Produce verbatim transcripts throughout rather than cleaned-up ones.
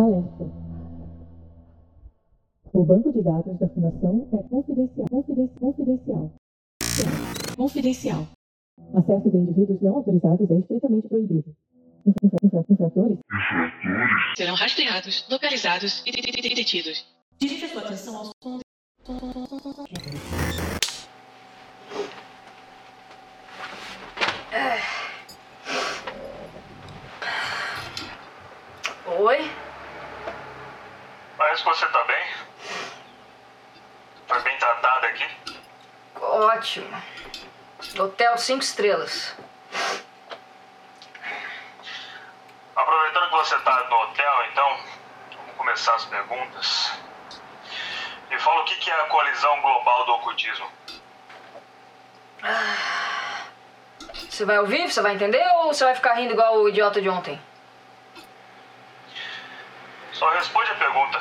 Alerta. O banco de dados da Fundação é confidencial. Confidencial. Confidencial. Confidencial. Acesso de indivíduos não autorizados é estritamente proibido. Infra- infra- Infratores serão rastreados, localizados e de- de- de- detidos. Dirija sua atenção ao som. Oi? Parece que você tá bem. Foi bem tratada aqui. Ótimo. Hotel cinco estrelas. Aproveitando que você tá no hotel, então, vamos começar as perguntas. Me fala o que que é a coalizão global do ocultismo. Você vai ouvir? Você vai entender ou você vai ficar rindo igual o idiota de ontem? Só responde a pergunta.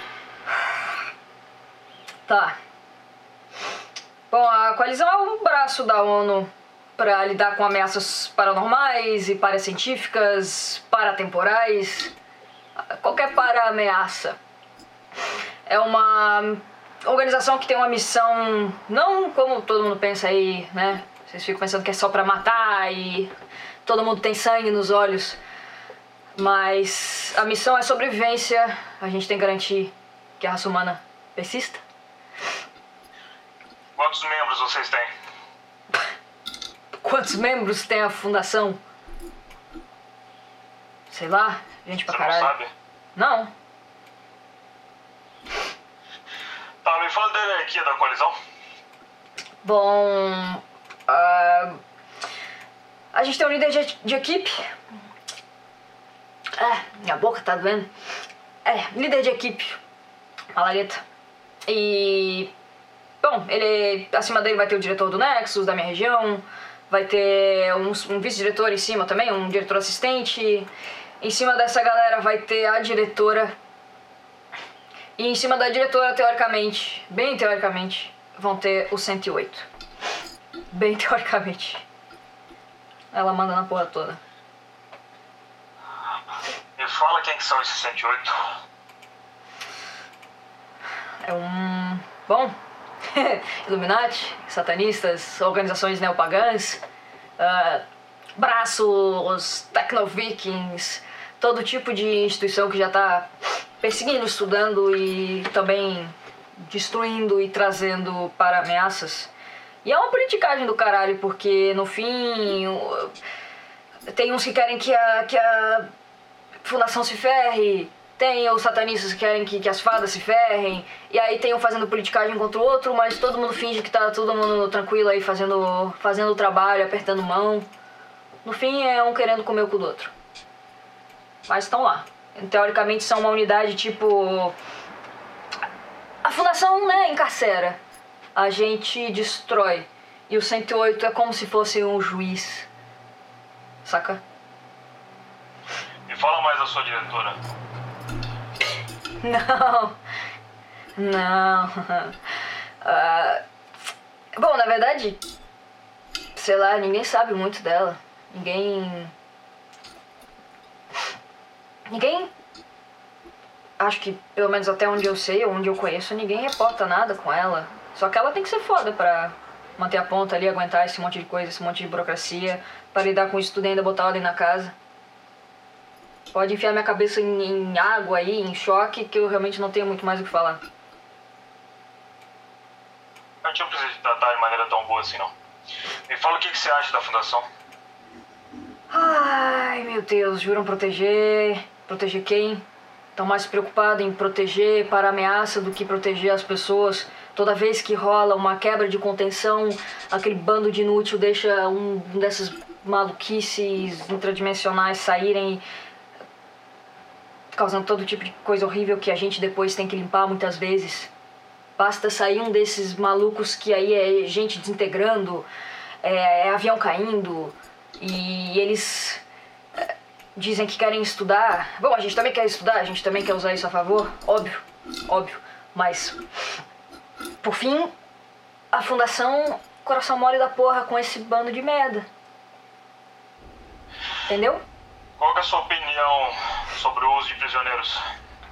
Tá. Bom, a coalizão é um braço da ONU para lidar com ameaças paranormais e paracientíficas, paratemporais, qualquer para-ameaça. É uma organização que tem uma missão, não como todo mundo pensa aí, né? Vocês ficam pensando que é só pra matar e todo mundo tem sangue nos olhos. Mas a missão é sobrevivência, a gente tem que garantir que a raça humana persista. Quantos membros vocês têm? Quantos membros tem a fundação? Sei lá, gente pra Você caralho. não sabe? Não. Tá, me fala da hierarquia da coalizão. Bom, ah, a gente tem um líder de, de equipe. É, minha boca tá doendo. É, líder de equipe, Malareta. E, bom, ele, acima dele vai ter o diretor do Nexus, da minha região. Vai ter um, um vice-diretor em cima também, um diretor assistente. Em cima dessa galera vai ter a diretora. E em cima da diretora, teoricamente, bem teoricamente, vão ter o cento e oito. Bem teoricamente. Ela manda na porra toda. Me fala quem que são esses cento e oito. É um... Bom... Illuminati, satanistas, organizações neopagãs, uh, braços, tecno-vikings, todo tipo de instituição que já tá perseguindo, estudando e também destruindo e trazendo para ameaças. E é uma politicagem do caralho, porque no fim uh, tem uns que querem que a, que a fundação se ferre. Tem os satanistas que querem que, que as fadas se ferrem, e aí tem um fazendo politicagem contra o outro, mas todo mundo finge que tá todo mundo tranquilo aí fazendo, fazendo o trabalho, apertando mão. No fim é um querendo comer o cu do outro. Mas estão lá. Teoricamente são uma unidade tipo... A fundação, né, encarcera. A gente destrói. E o cento e oito é como se fosse um juiz. Saca? Me fala mais da sua diretora. Não, não. Uh, bom, na verdade, sei lá, ninguém sabe muito dela. Ninguém. Ninguém. Acho que, pelo menos até onde eu sei, ou onde eu conheço, ninguém reporta nada com ela. Só que ela tem que ser foda pra manter a ponta ali, aguentar esse monte de coisa, esse monte de burocracia, pra lidar com isso tudo e ainda botar ordem na casa. Pode enfiar minha cabeça em, em água aí, em choque, que eu realmente não tenho muito mais o que falar. A gente não precisa te tratar de maneira tão boa assim, não. Me fala o que que você acha da fundação. Ai, meu Deus, juram proteger... Proteger quem? Estão mais preocupados em proteger para ameaça do que proteger as pessoas. Toda vez que rola uma quebra de contenção, aquele bando de inútil deixa um dessas maluquices intradimensionais saírem, causando todo tipo de coisa horrível que a gente depois tem que limpar muitas vezes. Basta sair um desses malucos que aí é gente desintegrando, é, é avião caindo, e eles é, dizem que querem estudar. Bom, a gente também quer estudar, a gente também quer usar isso a favor, óbvio, óbvio. Mas, por fim, a fundação coração mole da porra com esse bando de merda. Entendeu? Qual que é a sua opinião sobre o uso de prisioneiros?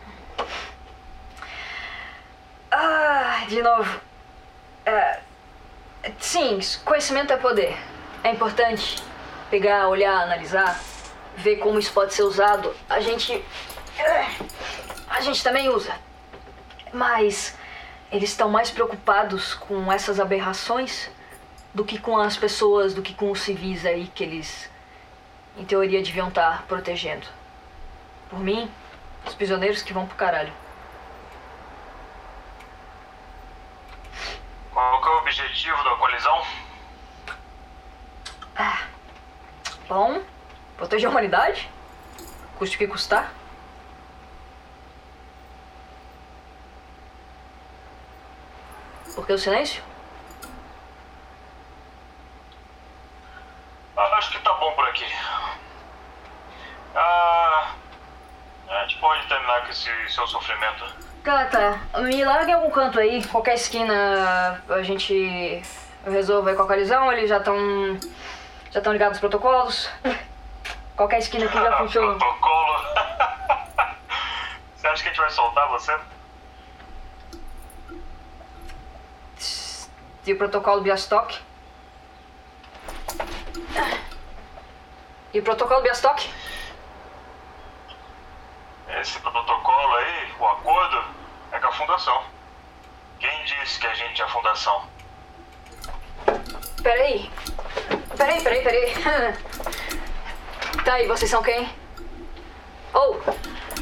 de novo. É, sim, conhecimento é poder. É importante pegar, olhar, analisar, ver como isso pode ser usado. A gente... A gente também usa. Mas eles estão mais preocupados com essas aberrações do que com as pessoas, do que com os civis aí que eles, em teoria, deviam estar protegendo. Por mim, os prisioneiros que vão pro caralho. Qual que é o objetivo da colisão? Ah, bom, proteger a humanidade, custe o que custar. Por que o silêncio? Ah, acho que tá bom por aqui. Ah, a gente pode terminar com esse seu sofrimento. Tá, tá. Me larga em algum canto aí, qualquer esquina, a gente resolve aí com a colisão, eles já estão já estão ligados nos protocolos. Qualquer esquina aqui já funciona. Protocolo? Você acha que a gente vai soltar você? E o protocolo Biastock? E o protocolo Biastock? Esse protocolo aí, o acordo, é com a fundação. Quem disse que a gente é a fundação? Peraí. Peraí, peraí, peraí. Tá, e vocês são quem? Oh,